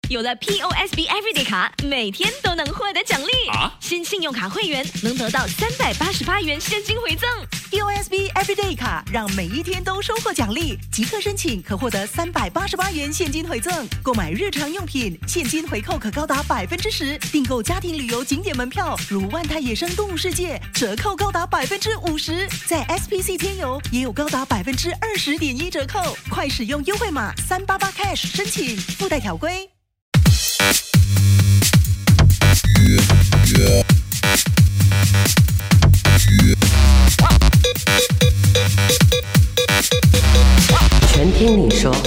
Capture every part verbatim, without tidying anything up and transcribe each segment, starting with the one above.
有了 P O S B Everyday 卡，每天都能获得奖励啊！新信用卡会员能得到三百八十八元现金回赠。 P O S B Everyday 卡让每一天都收获奖励，即刻申请可获得三百八十八元现金回赠。购买日常用品，现金回扣可高达百分之十；订购家庭旅游景点门票，如万泰野生动物世界，折扣高达百分之五十。在 S P C 天游也有高达百分之二十点一折扣，快使用优惠码三八八 cash 申请，附带条规。 全听你说。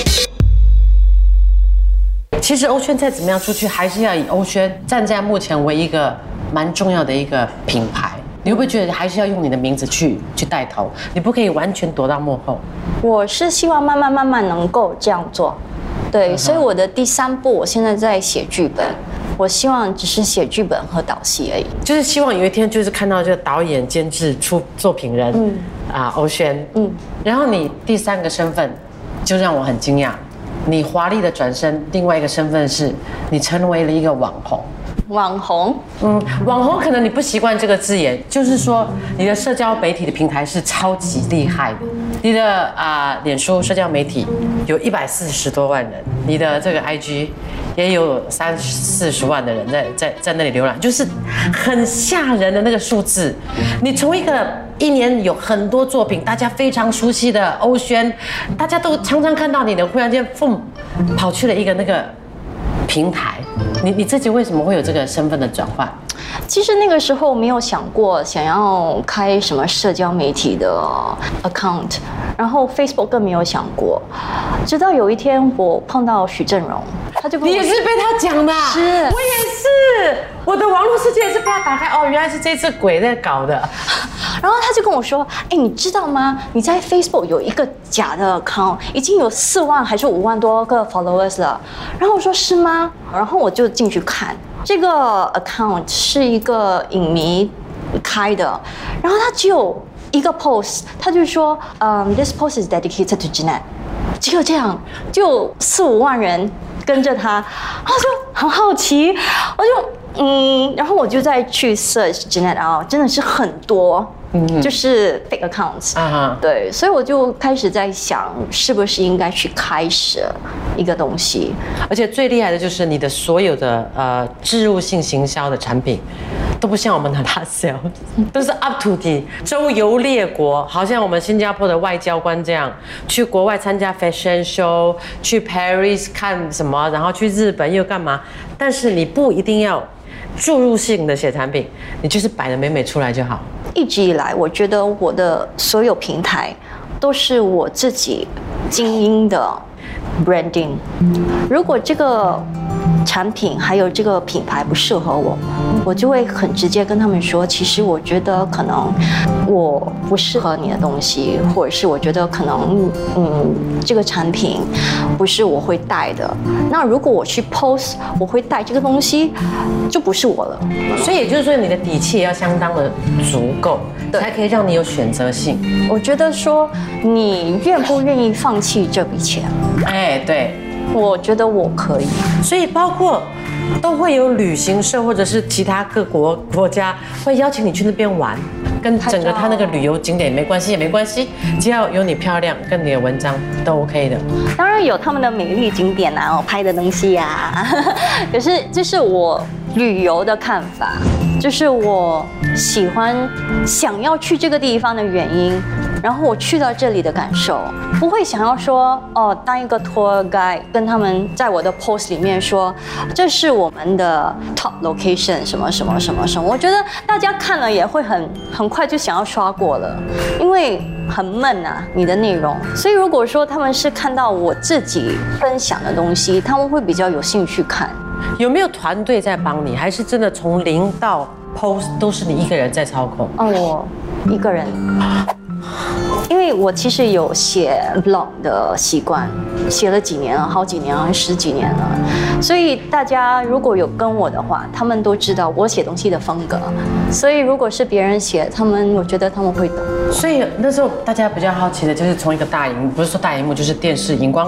其实欧轩再怎么样出去，还是要以欧轩站在目前为一个蛮重要的一个品牌。你会不会觉得还是要用你的名字去去带头？你不可以完全躲到幕后。 我是希望慢慢慢慢能够这样做。对，所以我的第三部，我现在在写剧本。我希望只是写剧本和导戏而已， 就是希望有一天就是看到这个导演、监制、出作品人，嗯啊，欧轩，嗯，然后你第三个身份就让我很惊讶，你华丽的转身，另外一个身份是你成为了一个网红。 网红， 嗯，网红可能你不习惯这个字眼，就是说你的社交媒体的平台是超级厉害的，你的啊、呃、脸书社交媒体有一百四十多万人，你的这个 I G 也有三四十万的人在在在那里浏览，就是很吓人的那个数字。你从一个一年有很多作品，大家非常熟悉的欧轩，大家都常常看到你的，忽然间凤跑去了一个那个平台。你你自己为什么会有这个身份的转换？ 其实那个时候没有想过想要开什么社交媒体的 account， 然后 Facebook 更没有想过。直到有一天我碰到许正荣，他就跟我你也是被他讲的、啊， 是， 我也是，我的网络世界也是被他打开。哦，原来是这只鬼在搞的。 然后他就跟我说：“哎，你知道吗？你在 Facebook 有一个假的 account， 已经有四万还是五万多个 followers 了。”然后我说：“是吗？”然后我就进去看，这个 account 是一个影迷开的，然后他只有一个 post， 他就说：“嗯、um, ，this post is dedicated to Jeanette。”只有这样，就四五万人跟着他，然后就很好奇，我就嗯，然后我就再去 search Jeanette 啊，真的是很多。嗯、就是 fake accounts，、uh-huh. 对，所以我就开始在想，是不是应该去开始一个东西。 而且最厉害的就是你的所有的呃置入性行销的产品，都不像我们的 hard sell， 都是 up to date， 周游列国，好像我们新加坡的外交官这样，去国外参加 fashion show， 去 Paris 看什么，然后去日本又干嘛？但是你不一定要注入性的写产品，你就是摆得美美出来就好。 一直以来，我觉得我的所有平台都是我自己精英的 branding。如果这个产品还有这个品牌不适合我，我就会很直接跟他们说，其实我觉得可能我不适合你的东西，或者是我觉得可能嗯这个产品不是我会带的。那如果我去 post 我会带这个东西，就不是我了。 所以也就是说，你的底气也要相当的足够，才可以让你有选择性。 我觉得说，你愿不愿意放弃这笔钱？ 哎，对。 我觉得我可以， 所以包括都会有旅行社或者是其他各国国家会邀请你去那边玩，跟整个他那个旅游景点没关系也没关系，只要有你漂亮跟你的文章都 OK 的。 当然有他们的美丽景点啊，我拍的东西呀、啊，可是这是我旅游的看法，就是我喜欢想要去这个地方的原因。然后我去到这里的感受，不会想要说哦，当一个 tour guide 跟他们在我的 post 里面说，这是我们的 top location 什么什么什么什么。我觉得大家看了也会很很快就想要刷过了，因为很闷啊，你的内容。所以如果说他们是看到我自己分享的东西，他们会比较有兴趣看。 有没有团队在帮你，还是真的从零到 post 都是你一个人在操控？ 哦，我一个人。因为我其实有写 blog 的习惯，写了几年了，好几年了，十几年了。所以大家如果有跟我的话，他们都知道我写东西的风格。所以如果是别人写，他们我觉得他们会懂。 所以那时候大家比较好奇的就是从一个大荧幕，不是说大荧幕，就是电视荧光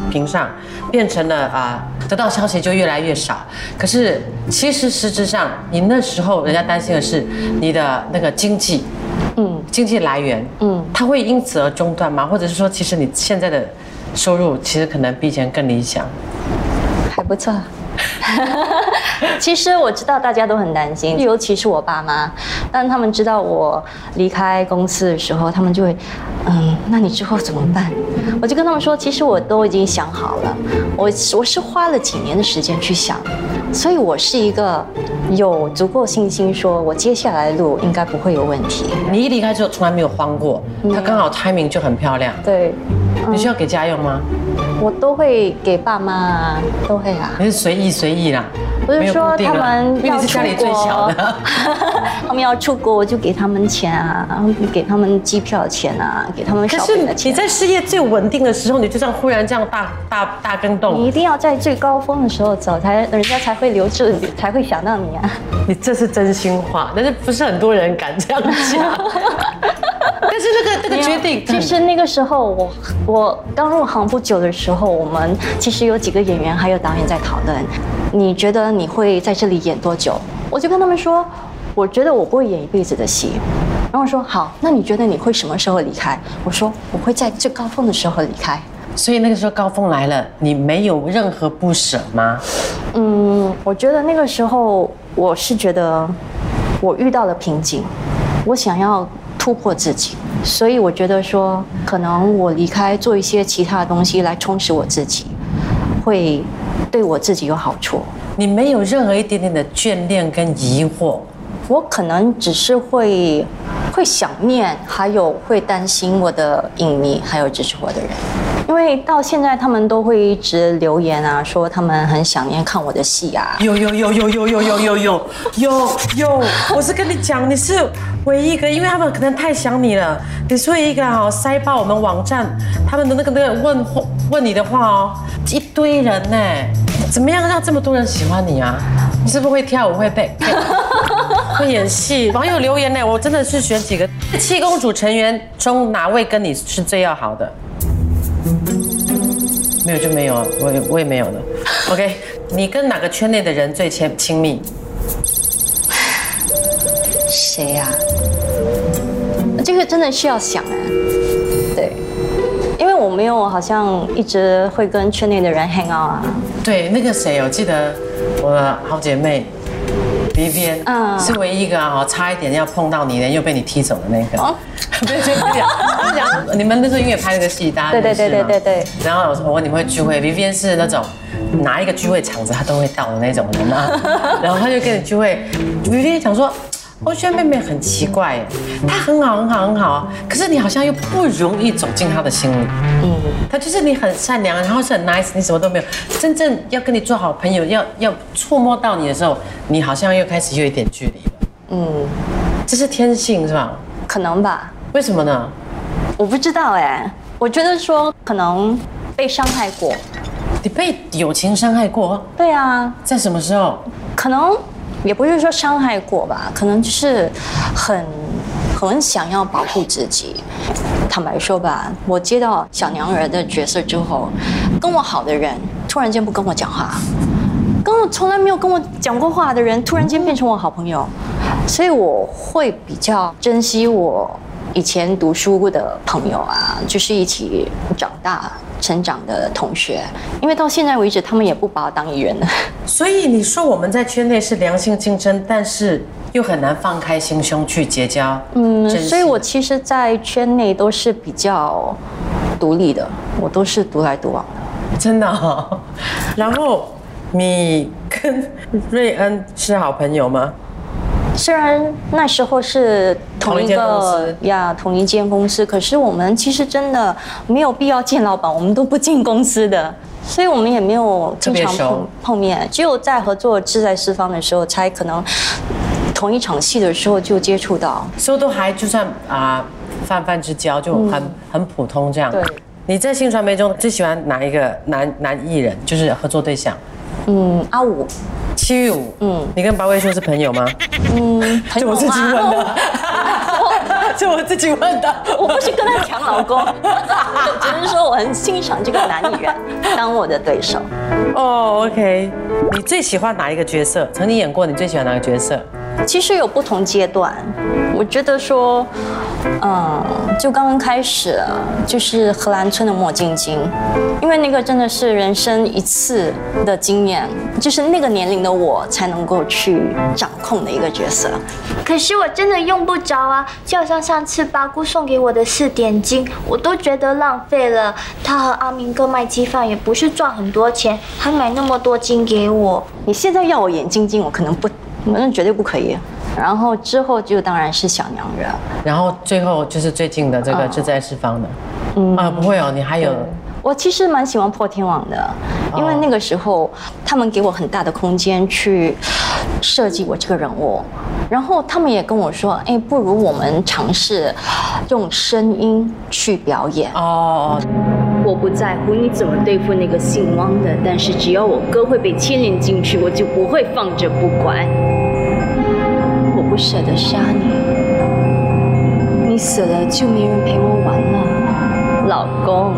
屏上，变成了啊、呃、得到消息就越来越少。可是其实实质上，你那时候人家担心的是你的那个经济，嗯，经济来源，嗯，它会因此而中断吗？或者是说，其实你现在的收入其实可能比以前更理想？ 还不错。其实我知道大家都很担心，尤其是我爸妈。当他们知道我离开公司的时候，他们就会，嗯，那你之后怎么办？我就跟他们说，其实我都已经想好了，我我是花了几年的时间去想，所以我是一个有足够信心，说我接下来的路应该不会有问题。 你一离开之后从来没有慌过，他刚好 timing 就很漂亮。 对， 嗯、你需要给家用吗？ 我都会给爸妈啊，都会啊。 你是随意随意啦， 不是说他们要出国，他们要出国，我就给他们钱啊，然后给他们机票钱啊，给他们小费的钱。 可是你在事业最稳定的时候，你就这样忽然这样大大大更动， 你一定要在最高峰的时候走，才人家才会留住你，才会想到你啊。 你这是真心话，但是不是很多人敢这样讲。但是那个那个决定， 其实那个时候我我刚入行不久的时候，我们其实有几个演员还有导演在讨论，你觉得你会在这里演多久？我就跟他们说，我觉得我不会演一辈子的戏。然后说好，那你觉得你会什么时候离开？我说我会在最高峰的时候离开。 所以那个时候高峰来了，你没有任何不舍吗？ 嗯，我觉得那个时候我是觉得我遇到了瓶颈，我想要突破自己，所以我觉得说，可能我离开做一些其他的东西来充实我自己，会对我自己有好处。 你没有任何一点点的眷恋跟疑惑？ 我可能只是会会想念，还有会担心我的影迷还有支持我的人，因为到现在他们都会一直留言啊，说他们很想念看我的戏啊。 有有有有有有有有有有有，我是跟你讲，你是唯一一个，因为他们可能太想你了，你是唯一一个好塞爆我们网站他们的那个那个问问你的话哦，一堆人呢，怎么样让这么多人喜欢你啊？你是不是会跳舞会背？会演戏，网友留言呢，我真的是选几个七公主成员中哪位跟你是最要好的？没有就没有，我也我也没有了。OK， 你跟哪个圈内的人最亲亲密？ 谁呀、啊？这个真的需要想啊。对，因为我没有好像一直会跟圈内的人 hang out 啊。 对，那个谁，我记得我的好姐妹。Vivian 嗯，是唯一一个啊，差一点要碰到你的，又被你踢走的那个。哦，对对对，讲你们那时候因为拍那个戏，大家对对对对对对。 然后我问你们会聚会 ，Vivian 是那种哪一个聚会场子他都会到的那种人啊。然后他就跟你聚会 ，Vivian 讲说，我觉得妹妹很奇怪，她很好很好很好，可是你好像又不容易走进她的心里。嗯，她就是你很善良，然后是很 nice， 你什么都没有，真正要跟你做好朋友，要要触摸到你的时候，你好像又开始有一点距离了。嗯，这是天性是吧？ 可能吧。 为什么呢？ 我不知道哎，我觉得说可能被伤害过。 你被友情伤害过？ 对啊。 在什么时候？ 可能。也不是说伤害过吧，可能就是很很想要保护自己。坦白说吧，我接到小娘儿的角色之后，跟我好的人突然间不跟我讲话，跟我从来没有跟我讲过话的人突然间变成我好朋友，所以我会比较珍惜我以前读书的朋友啊，就是一起长大成长的同学，因为到现在为止，他们也不把我当艺人了。 所以你说我们在圈内是良性竞争，但是又很难放开心胸去结交。嗯， 所以我其实，在圈内都是比较独立的，我都是独来独往的。 真的哦。然后你跟瑞恩是好朋友吗？ 虽然那时候是同一个呀同一间公司，可是我们其实真的没有必要见老板，我们都不进公司的，所以我们也没有经常碰碰面，只有在合作志在四方的时候，才可能同一场戏的时候就接触到， 所以都还就算啊泛泛之交，就很、嗯、很普通这样。 对， 你在新传媒中最喜欢哪一个男男艺人？就是合作对象？ 嗯，阿五。 七玉舞，嗯，你跟八位叔是朋友吗？ 嗯，朋友吗？ 这我自己问的。 是我自己问的， 我不是跟他抢老公，只是说我很欣赏这个男艺人当我的对手。 哦 ，OK， 你最喜欢哪一个角色？曾经演过，你最喜欢哪个角色？ 其实有不同阶段，我觉得说，嗯，就刚刚开始就是荷兰村的莫晶晶，因为那个真的是人生一次的经验，就是那个年龄的我才能够去掌控的一个角色。 可是我真的用不着啊，就好像上次八姑送给我的四点金，我都觉得浪费了。他和阿明哥卖鸡饭也不是赚很多钱，还买那么多金给我。 你现在要我演晶晶，我可能不。那绝对不可以。然后之后就当然是小娘惹， 然后最后就是最近的这个志在四方的，嗯啊不会哦，你还有。 我其实蛮喜欢破天网的，因为那个时候他们给我很大的空间去设计我这个人物，然后他们也跟我说，哎，不如我们尝试用声音去表演。哦， 我不在乎你怎么对付那个姓汪的，但是只要我哥会被牵连进去，我就不会放着不管。我不舍得杀你，你死了就没人陪我玩了，老公。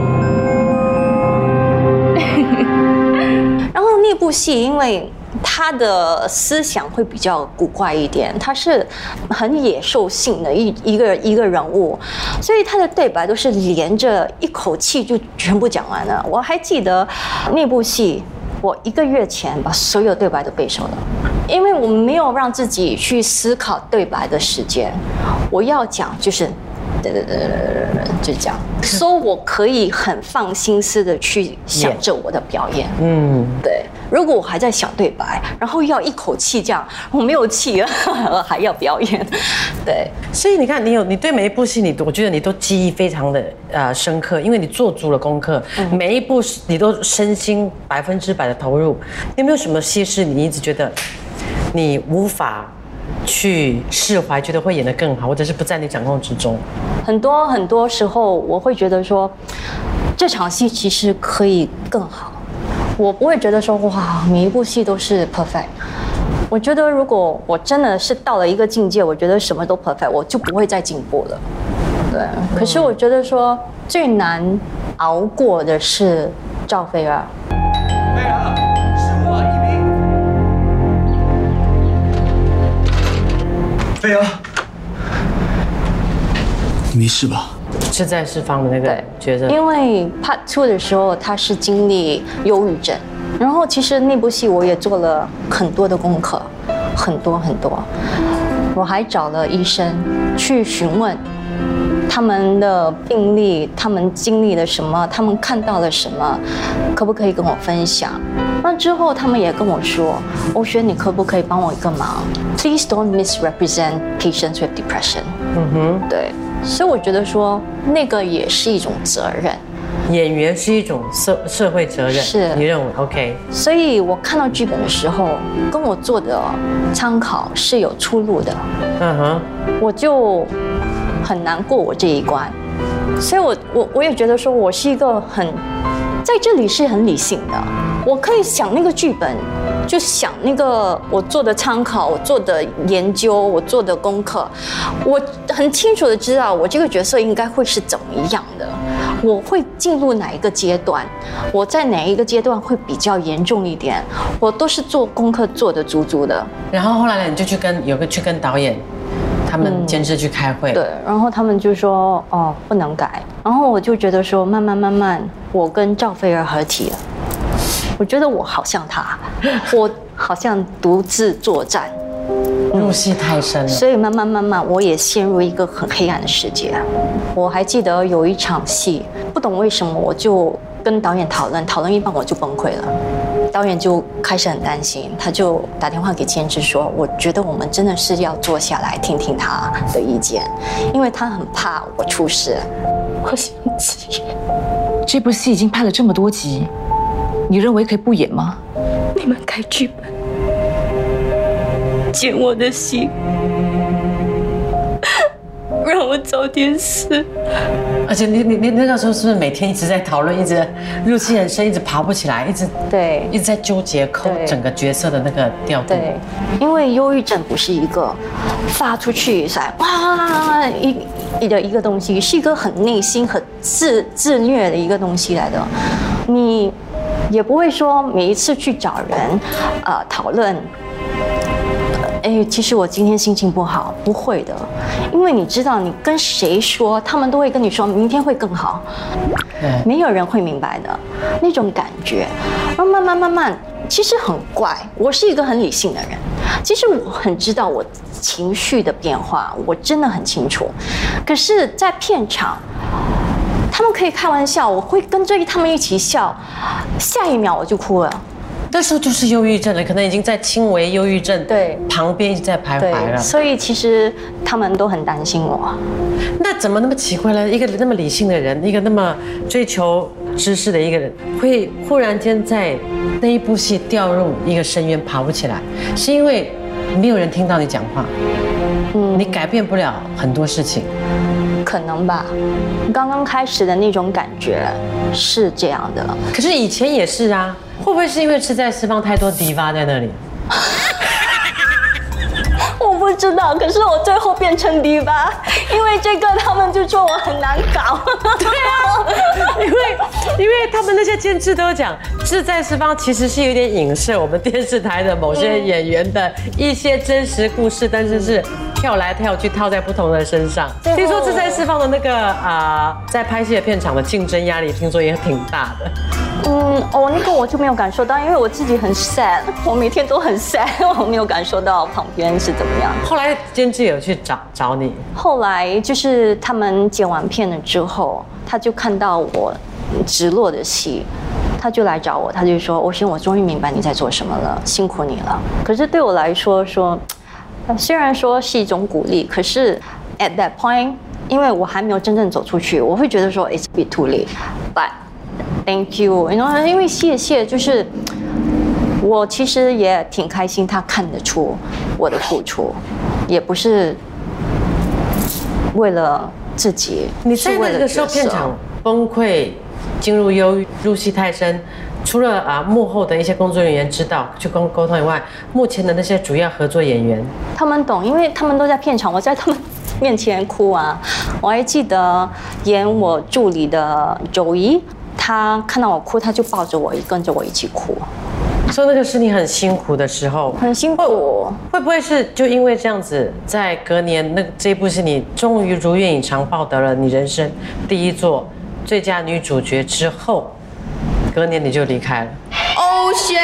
然后那部戏，因为他的思想会比较古怪一点，他是很野兽性的一一个一个人物，所以他的对白都是连着一口气就全部讲完了。我还记得那部戏，我一个月前把所有对白都背熟了，因为我没有让自己去思考对白的时间，我要讲就是。对对对对对，就是这样，所以我可以很放心思的去想着我的表演。嗯，对。如果我还在想对白，然后要一口气这样，我没有气了，还要表演。对， 所以你看，你有你对每一部戏，你我觉得你都记忆非常的呃深刻，因为你做足了功课，嗯、每一部你都身心百分之百的投入。有没有什么戏是你一直觉得你无法去释怀，觉得会演得更好，或者是不在你掌控之中？ 很多很多时候，我会觉得说，这场戏其实可以更好。我不会觉得说，哇，每一部戏都是 perfect。我觉得如果我真的是到了一个境界，我觉得什么都 perfect， 我就不会再进步了。对。可是我觉得说，最难熬过的是赵菲儿。 菲儿，是我一鸣。菲儿，你没事吧？ 志在四方的那个角色， 因为 Part Two 的时候他是经历忧郁症，然后其实那部戏我也做了很多的功课，很多很多，我还找了医生去询问他们的病历，他们经历了什么，他们看到了什么，可不可以跟我分享？那之后他们也跟我说，欧萱，你可不可以帮我一个忙 ？Please don't misrepresent patients with depression。嗯哼，对。所以我觉得说，那个也是一种责任。 演员是一种社社会责任， 是你认为 OK？ 所以我看到剧本的时候，跟我做的参考是有出入的。嗯哼，我就很难过我这一关。所以我我我也觉得说，我是一个很在这里是很理性的，我可以想那个剧本。就想那个我做的参考，我做的研究，我做的功课，我很清楚的知道我这个角色应该会是怎么样的，我会进入哪一个阶段，我在哪一个阶段会比较严重一点，我都是做功课做的足足的。 然后后来呢，你就去跟有个去跟导演他们监制去开会、嗯， 对，然后他们就说哦不能改，然后我就觉得说慢慢慢慢，我跟赵菲儿合体了。我觉得我好像他，我好像独自作战， 入戏太深了， 所以慢慢慢慢，我也陷入一个很黑暗的世界。我还记得有一场戏，不懂为什么我就跟导演讨论，讨论一半我就崩溃了。导演就开始很担心，他就打电话给监制说：“我觉得我们真的是要坐下来听听他的意见，因为他很怕我出事。” 我想自演，这部戏已经拍了这么多集。你认为可以不演吗？ 你们改剧本，剪我的戏，让我早点死。 而且你你你那个时候是不是每天一直在讨论，一直入戏很深，一直爬不起来，一直对， 一直在纠结抠整个角色的那个调度。 对，因为忧郁症不是一个发出去才哇一一的一个东西，是一个很内心、很自自虐的一个东西来的。你也不会说每一次去找人，呃，讨论。哎，其实我今天心情不好，不会的，因为你知道，你跟谁说，他们都会跟你说明天会更好，没有人会明白的那种感觉。然后慢慢慢慢，其实很怪，我是一个很理性的人，其实我很知道我情绪的变化，我真的很清楚。可是，在片场，他们可以开玩笑，我会跟着他们一起笑，下一秒我就哭了。 那时候就是忧郁症了，可能已经在轻微忧郁症对旁边一直在徘徊了。 所以其实他们都很担心我。 那怎么那么奇怪呢？一个那么理性的人，一个那么追求知识的一个人，会忽然间在那一部戏掉入一个深渊爬不起来，是因为没有人听到你讲话，嗯，你改变不了很多事情。 可能吧，刚刚开始的那种感觉是这样的。 可是以前也是啊，会不会是因为是在释放太多迪va在那里？ 我不知道，可是我最后变成迪va，因为这个他们就说我很难搞。 对啊，因为因为他们那些监制都讲，志在四方其实是有点影射我们电视台的某些演员的一些真实故事，但是是跳来跳去套在不同的身上。听说志在四方的那个啊、呃，在拍戏的片场的竞争压力，听说也挺大的。 嗯，哦，那个我就没有感受到，因为我自己很 sad， 我每天都很 sad， 我没有感受到旁边是怎么样。 后来监制有去找找你， 后来就是他们剪完片了之后，他就看到我直落的戏，他就来找我，他就说：“欧萱，我终于明白你在做什么了，辛苦你了。”可是对我来说说，虽然说是一种鼓励，可是 at that point， 因为我还没有真正走出去，我会觉得说 it's a bit too late，but thank you， 然后因为谢谢，就是我其实也挺开心，他看得出我的付出，也不是为了自己。 你在那个时候片场崩溃，进入忧郁，入戏太深。除了啊幕后的一些工作人员知道去沟沟通以外，目前的那些主要合作演员， 他们懂，因为他们都在片场，我在他们面前哭啊。我还记得演我助理的周一，他看到我哭，他就抱着我，跟着我一起哭。 所以那个是你很辛苦的时候， 很辛苦。 会不会是就因为这样子，在隔年那这一部戏你终于如愿以偿抱得了你人生第一座最佳女主角之后，隔年你就离开了？ 欧萱，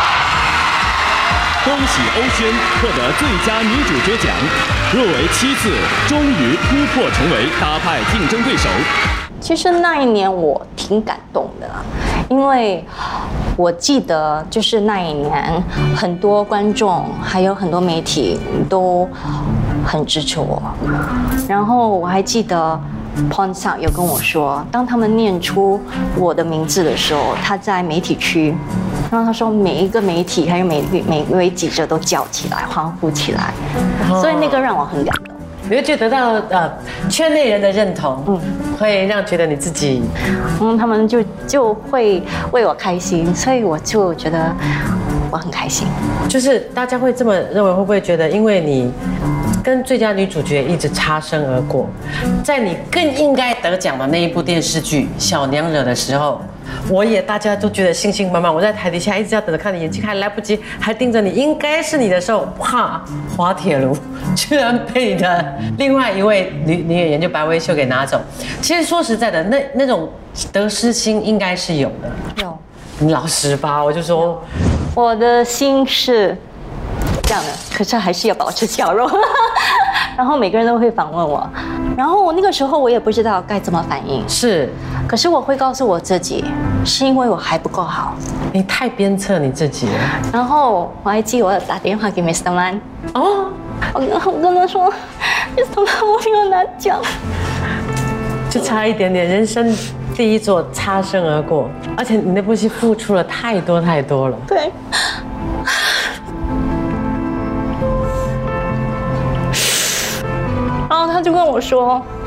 恭喜欧萱获得最佳女主角奖，入围七次，终于突破成为大派竞争对手。 其实那一年我挺感动的，因为我记得就是那一年，很多观众还有很多媒体都很支持我。然后我还记得 Pon Sang 有跟我说，当他们念出我的名字的时候，他在媒体区，然后他说每一个媒体还有每每一位记者都叫起来，欢呼起来，所以那个让我很感动。 你会觉得得到呃圈内人的认同，嗯，会让觉得你自己， 嗯，他们就就会为我开心，所以我就觉得我很开心。 就是大家会这么认为，会不会觉得因为你跟最佳女主角一直擦身而过，在你更应该得奖的那一部电视剧《小娘惹》的时候，我也大家都觉得信心满满，我在台底下一直要等着看你演技，还来不及，还盯着你，应该是你的时候，啪，滑铁卢居然被你的另外一位女女演员就白薇秀给拿走。其实说实在的，那那种得失心应该是有的。 有， 你老实吧，我就说， 我的心是这样的，可是还是要保持笑容。然后每个人都会访问我，然后那个时候我也不知道该怎么反应。 是， 可是我会告诉我自己，是因为我还不够好。 你太鞭策你自己了。 然后我还记得我打电话给 Mister Man， 哦， 我跟我跟他说 ，Mister Man， 我没有拿奖， 就差一点点，人生第一座擦身而过，而且你那部戏付出了太多太多了。 对。然后他就跟我说：“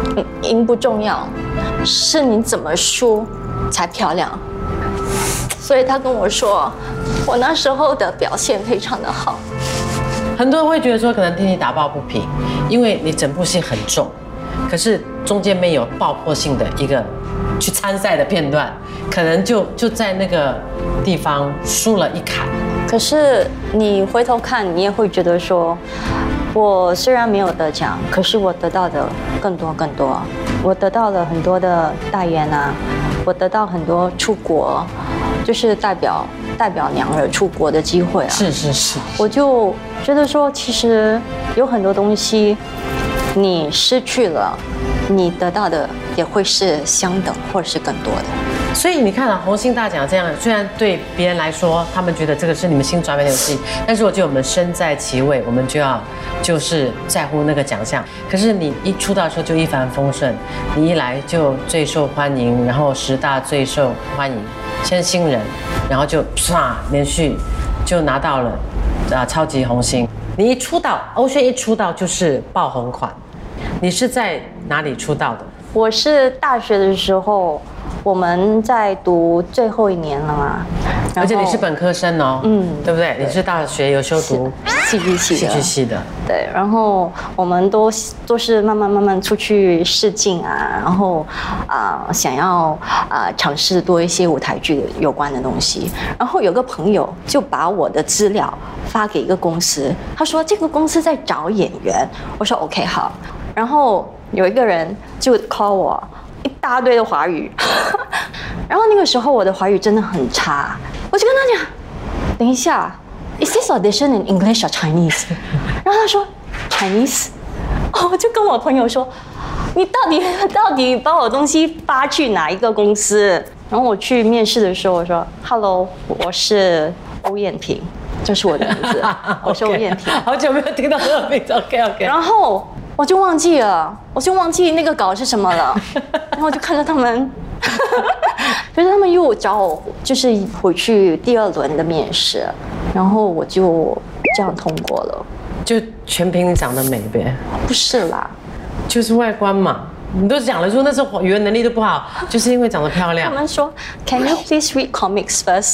赢不重要，是你怎么输才漂亮。所以他跟我说，我那时候的表现非常的好。 很多人会觉得说，可能替你打抱不平，因为你整部戏很重，可是中间没有爆破性的一个去参赛的片段，可能就就在那个地方输了一坎。 可是你回头看，你也会觉得说，我虽然没有得奖，可是我得到的更多更多。我得到了很多的代言啊，我得到很多出国，就是代表代表娘儿出国的机会啊。 是是是。 我就觉得说，其实有很多东西你失去了，你得到的也会是相等或者是更多的。 所以你看啊，红星大奖这样，虽然对别人来说，他们觉得这个是你们新转变的游戏，但是我觉得我们身在其位，我们就要就是在乎那个奖项。可是你一出道的时候就一帆风顺，你一来就最受欢迎，然后十大最受欢迎，先新人，然后就唰连续就拿到了啊超级红星。你一出道，欧萱一出道就是爆红款。你是在哪里出道的？ 我是大学的时候。我们在读最后一年了嘛， 而且你是本科生哦，嗯，对不对？你是大学有修读戏剧系的， 戏剧系的， 对。然后我们都都是慢慢慢慢出去试镜啊，然后啊、呃、想要啊、呃、尝试多一些舞台剧有关的东西。然后有个朋友就把我的资料发给一个公司，他说这个公司在找演员，我说 OK 好。然后有一个人就 call 我。一大堆的华语，然后那个时候我的华语真的很差，我就跟他讲，等一下 ，Is this audition in English or Chinese？ 然后他说 Chinese， 哦，我就跟我朋友说，你到底到底把我东西发去哪一个公司？然后我去面试的时候，我说 Hello， 我是欧燕萍，这是我的名字，我是欧燕萍， 好久没有听到这个名字 ，OK OK， 然后。我就忘记了，我就忘记那个稿是什么了，然后我就看着他们，就是他们又找我，就是回去第二轮的面试，然后我就这样通过了。 就全凭你长得美呗？ 不是啦， 就是外观嘛。你都讲了说那时候语言能力都不好，就是因为长得漂亮。 他们说 ，Can you please read comics first？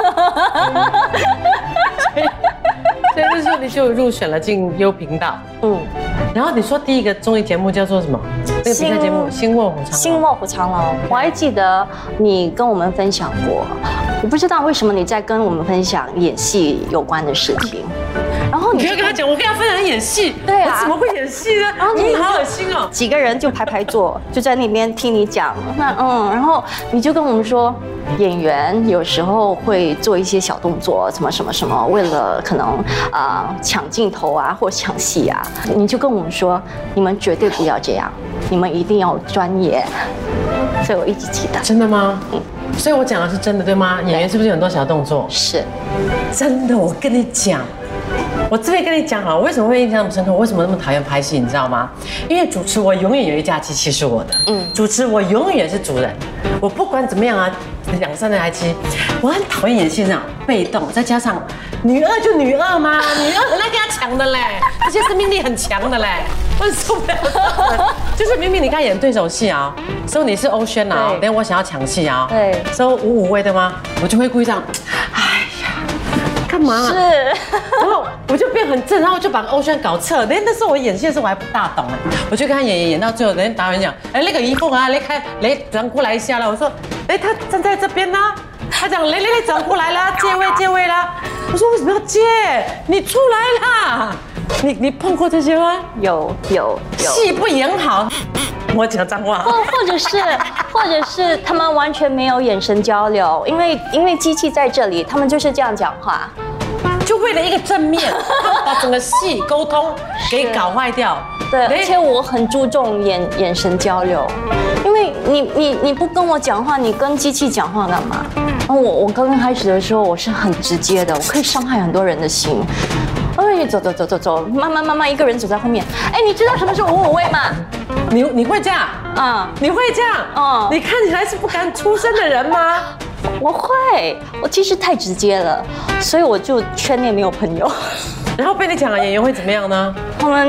所以那时候你就入选了进优频道，嗯。然后你说第一个综艺节目叫做什么？那个比赛节目《新卧虎藏龙》。 新卧虎藏龙，我还记得你跟我们分享过。我不知道为什么你在跟我们分享演戏有关的事情。然后你不要跟他讲，我跟他分享演戏， 对啊， 我怎么会演戏呢？然后你好恶心哦！ 几个人就排排坐，就在那边听你讲。那嗯，然后你就跟我们说，演员有时候会做一些小动作，什么什么什么，为了可能啊、呃、抢镜头啊或抢戏啊，你就跟我们说，你们绝对不要这样，你们一定要专业。所以我一直记得。 真的吗？嗯。所以我讲的是真的，对吗？演员是不是有很多小动作？ 是， 真的。我跟你讲。我这边跟你讲好了，我为什么会印象那么深刻？我为什么那么讨厌拍戏？你知道吗？因为主持我永远有一架机器是我的，嗯，主持我永远是主人。我不管怎么样啊，两三台机，我很讨厌演戏那种被动，再加上女二就女二嘛，女二很难跟她抢的嘞，而且生命力很强的嘞，我很受不了。就是明明你刚演对手戏啊，所以你是欧萱啊，但我想要抢戏啊， 对， 所以五五位的吗？我就会故意这样，哎呀。干嘛？ 是， 然后我就变很正，然后就把欧萱搞错。连那时候我演戏的时候我还不大懂哎，我就跟他演演演到最后，人家导演讲，哎那个怡凤啊，来看来转过来一下了。我说，哎他站在这边呢、啊，他讲来来来转过来了，借位借位啦。我说为什么要借？你出来啦！你你碰过这些吗？ 有有有。 戏不演好。我讲脏话， 或或者是，或者是他们完全没有眼神交流，因为因为机器在这里，他们就是这样讲话， 就为了一个正面，把整个戏沟通给搞坏掉。 对，而且我很注重眼眼神交流，因为你你你不跟我讲话，你跟机器讲话干嘛？然后我我刚刚开始的时候，我是很直接的，我可以伤害很多人的心。哎，走走走走走，慢慢慢慢，一个人走在后面。哎，你知道什么是五五位吗？ 你你会这样啊？ 你会这样？嗯，你看起来是不敢出声的人吗？ 我会，我其实太直接了，所以我就圈内没有朋友。 然后被你讲了，演员会怎么样呢？ 他们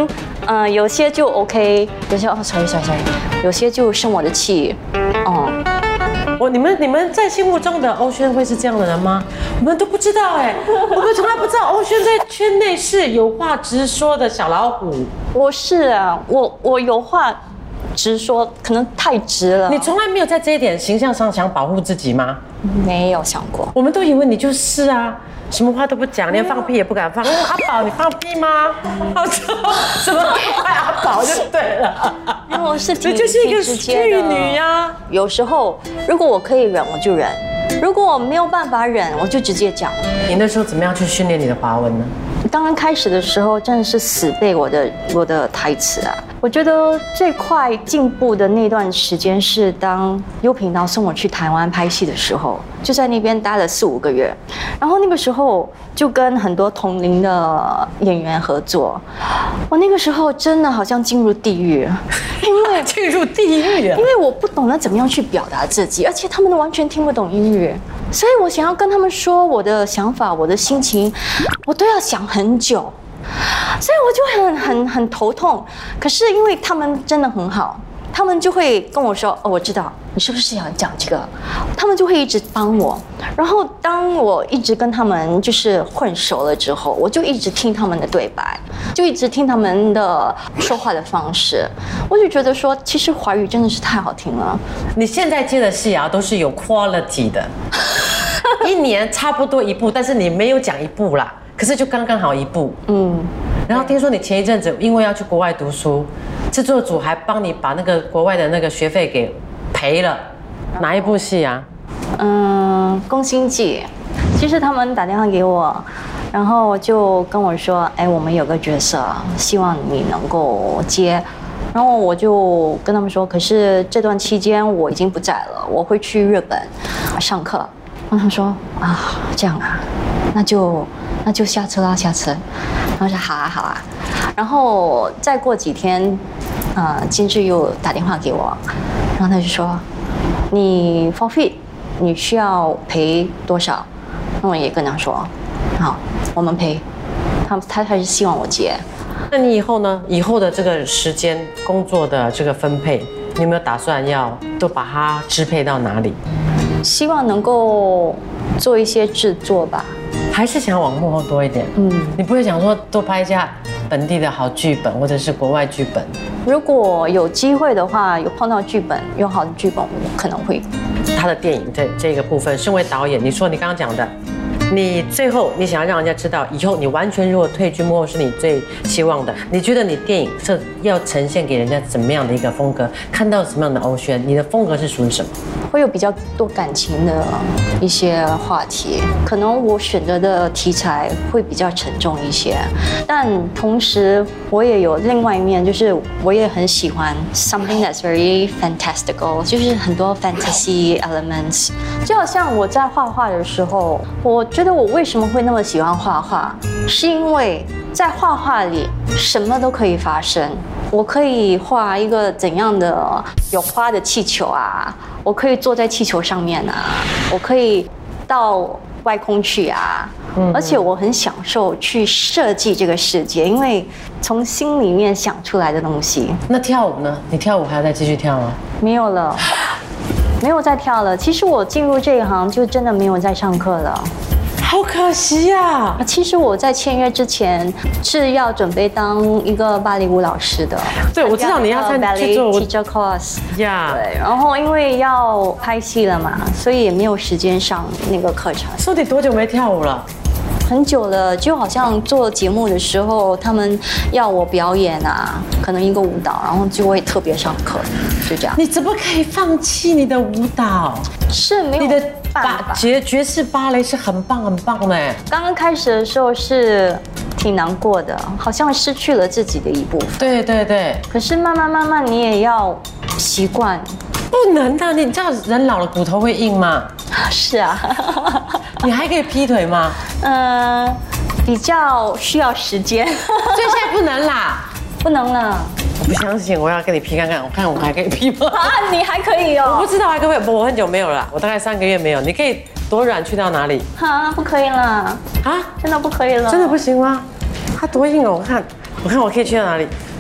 嗯、呃，有些就 OK， 有些哦，sorry sorry sorry， 有些就生我的气，哦、嗯。 我你们你们在心目中的欧萱会是这样的人吗？我们都不知道哎，我们从来不知道欧萱在圈内是有话直说的小老虎。 我是啊，我我有话直说，可能太直了。 你从来没有在这一点形象上想保护自己吗？ 没有想过。 我们都以为你就是啊，什么话都不讲，连放屁也不敢放。阿宝，你放屁吗？什么爱阿宝就对了。 因为我是挺你就是一个直接的玉女呀。 有时候如果我可以忍，我就忍；如果我没有办法忍，我就直接讲。 你那时候怎么样去训练你的华文呢？ 刚刚开始的时候，真的是死背我的我的台词啊！我觉得最快进步的那段时间是当优频道送我去台湾拍戏的时候，就在那边待了四五个月，然后那个时候就跟很多同龄的演员合作，我那个时候真的好像进入地狱，因为进入地狱啊！ 因为我不懂得怎么样去表达自己，而且他们完全听不懂英语，所以我想要跟他们说我的想法、我的心情，我都要想很久。所以我就很很很头痛，可是因为他们真的很好，他们就会跟我说：“哦，我知道你是不是想讲这个？”他们就会一直帮我。然后当我一直跟他们就是混熟了之后，我就一直听他们的对白，就一直听他们的说话的方式，我就觉得说，其实华语真的是太好听了。 你现在接的戏啊，都是有 quality 的，一年差不多一部，但是你没有讲一部啦。可是就刚刚好一部，嗯，然后听说你前一阵子因为要去国外读书，制作组还帮你把那个国外的那个学费给赔了，哪一部戏啊？ 嗯，《宫心计》。其实他们打电话给我，然后就跟我说，哎，我们有个角色，希望你能够接。然后我就跟他们说，可是这段期间我已经不在了，我会去日本上课。然后他们说啊，这样啊，那就。那就下车啦，下车。然后说好啊，好啊。然后再过几天，呃，监制又打电话给我，然后他就说，你 forfeit 你需要赔多少？那我也跟他说，好，我们赔。他他还是希望我接。 那你以后呢？以后的这个时间工作的这个分配，你有没有打算要都把它支配到哪里？ 希望能够做一些制作吧。 还是想往幕后多一点，嗯，你不会想说多拍一下本地的好剧本，或者是国外剧本？ 如果有机会的话，有碰到剧本有好的剧本，我可能会。 他的电影这这个部分，身为导演，你说你刚刚讲的，你最后你想要让人家知道，以后你完全如果退居幕后是你最希望的，你觉得你电影是要呈现给人家怎么样的一个风格？看到什么样的欧萱？你的风格是属于什么？ 会有比较多感情的一些话题，可能我选择的题材会比较沉重一些，但同时我也有另外一面，就是我也很喜欢 something that's very fantastical， 就是很多 fantasy elements。就好像我在画画的时候，我觉得我为什么会那么喜欢画画，是因为在画画里什么都可以发生。我可以画一个怎样的有花的气球啊，我可以坐在气球上面啊，我可以到外空去啊，嗯、而且我很享受去设计这个世界，因为从心里面想出来的东西。 那跳舞呢？你跳舞还要再继续跳吗？ 没有了，没有再跳了。其实我进入这一行就真的没有再上课了。 好可惜呀！ 其实我在签约之前是要准备当一个芭蕾舞老师的。 对，我知道你要去做 teacher course。 呀， 对，然后因为要拍戏了嘛，所以也没有时间上那个课程。 说你多久没跳舞了？ 很久了，就好像做节目的时候，他们要我表演啊，可能一个舞蹈，然后就会特别上课，就这样。 你怎么可以放弃你的舞蹈？ 是没有你的办法。 爵爵士芭蕾是很棒很棒的。 刚刚开始的时候是挺难过的，好像失去了自己的一部分。 对对对。可是慢慢慢慢，你也要习惯。 不能的，你知道人老了骨头会硬吗？ 是啊。 你还可以劈腿吗？ 嗯、呃，比较需要时间，所以现在不能啦， 不能了。 我不相信，我要跟你劈看看，我看我还可以劈吗？ 啊，你还可以哦。 我不知道还可不可以，我很久没有了，我大概三个月没有。你可以多软去到哪里？ 啊，不可以了。啊，真的不可以了。 真的不行吗？它多硬哦！我看，我看我可以去到哪里？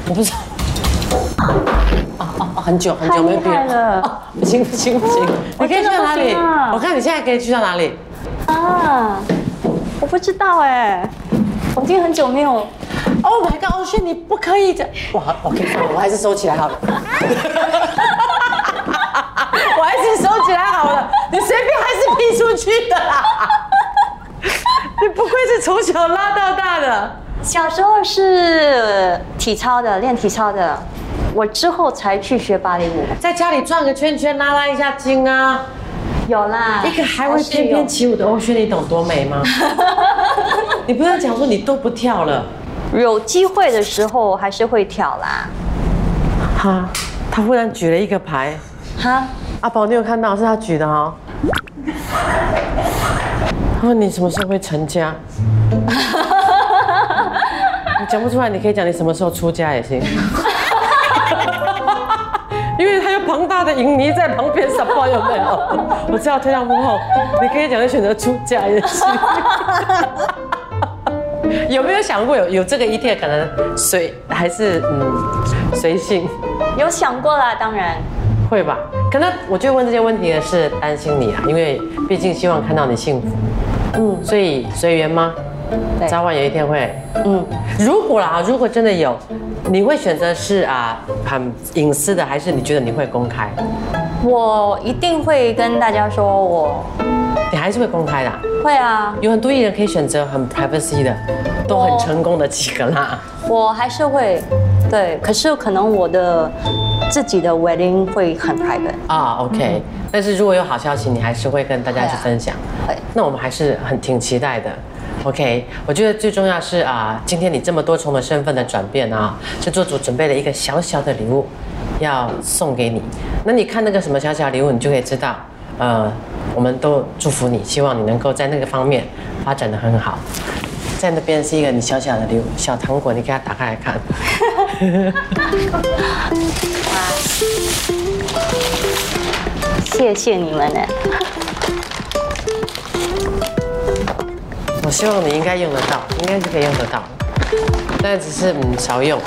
我不知道。哦哦哦，很久很久没有比了。 哦，不行不行不行，你可以去到哪里？我看你现在可以去到哪里？ 啊，我不知道哎，我已经很久没有。 Oh my god， 欧萱，你不可以这样。哇，我跟你说，我还是收起来好了。我还是收起来好了，你随便还是批出去的啦。你不愧是从小拉到大的。 小时候是体操的，练体操的，我之后才去学芭蕾舞。 在家里转个圈圈，拉拉一下筋啊。 有啦， 一个还会翩翩起舞的欧萱，你懂多美吗？你不要讲说你都不跳了。 有机会的时候还是会跳啦。 哈，他忽然举了一个牌。 哈， 阿宝，你有看到是他举的哦。他问你什么时候会成家？你讲不出来，你可以讲你什么时候出家也行。因为他有庞大的影迷在旁边 support， 有没有？我知道推到幕后，你可以讲你选择出家也行。有没有想过有有这个一天可能随还是嗯随性？ 有想过啦，当然会吧。可能我就问这些问题的是担心你啊，因为毕竟希望看到你幸福。嗯，所以随缘吗？早晚有一天会。嗯，如果啦，如果真的有，你会选择是啊很隐私的，还是你觉得你会公开？ 我一定会跟大家说我。 你还是会公开的、啊？ 会啊， 有很多艺人可以选择很 privacy 的，都很成功的几个啦。 我还是会，对，可是可能我的自己的 wedding 会很 private 啊 ，OK、嗯。但是如果有好消息，你还是会跟大家去分享。 会、啊， 那我们还是很挺期待的。OK， 我觉得最重要是啊，今天你这么多重的身份的转变啊，制作组准备了一个小小的礼物，要送给你。那你看那个什么小小礼物，你就可以知道，呃。我们都祝福你，希望你能够在那个方面发展得很好。在那边是一个你小小的礼物，小糖果，你给它打开来看。 哇，谢谢你们呢。 我希望你应该用得到，应该是可以用得到，但只是嗯少用。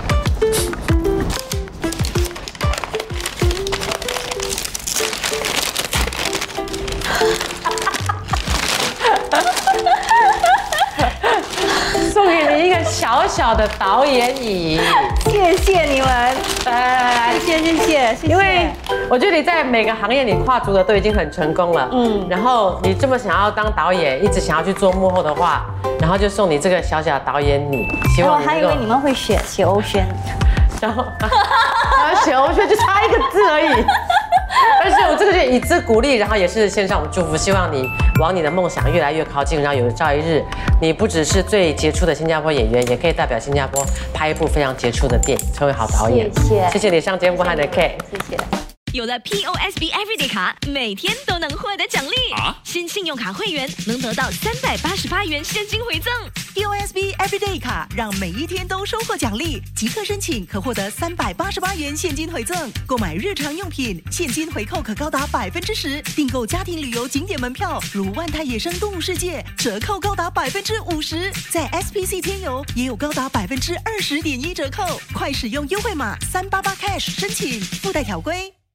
送给你一个小小的导演椅， 谢谢你们，来来来，谢谢谢谢谢谢。 因为我觉得你在每个行业你跨足的都已经很成功了，嗯，然后你这么想要当导演，一直想要去做幕后的话，然后就送你这个小小的导演椅，希望你能够。 我还以为你们会写写欧萱， 然后啊写欧萱就差一个字而已。但是我这个就以资鼓励，然后也是献上我们祝福，希望你往你的梦想越来越靠近，然后有朝一日，你不只是最杰出的新加坡演员，也可以代表新加坡拍一部非常杰出的电影，成为好导演。 谢谢， 谢谢你上节目和你的 K， 谢谢。 有了 P O S B Everyday 卡，每天都能获得奖励。啊！新信用卡会员能得到三百八十八元现金回赠。 P O S B Everyday 卡让每一天都收获奖励，即刻申请可获得三百八十八元现金回赠。购买日常用品，现金回扣可高达百分之十。订购家庭旅游景点门票，如万泰野生动物世界，折扣高达百分之五十。在 S P C 天游也有高达百分之二十点一折扣。快使用优惠码三八八 cash 申请，附带条规。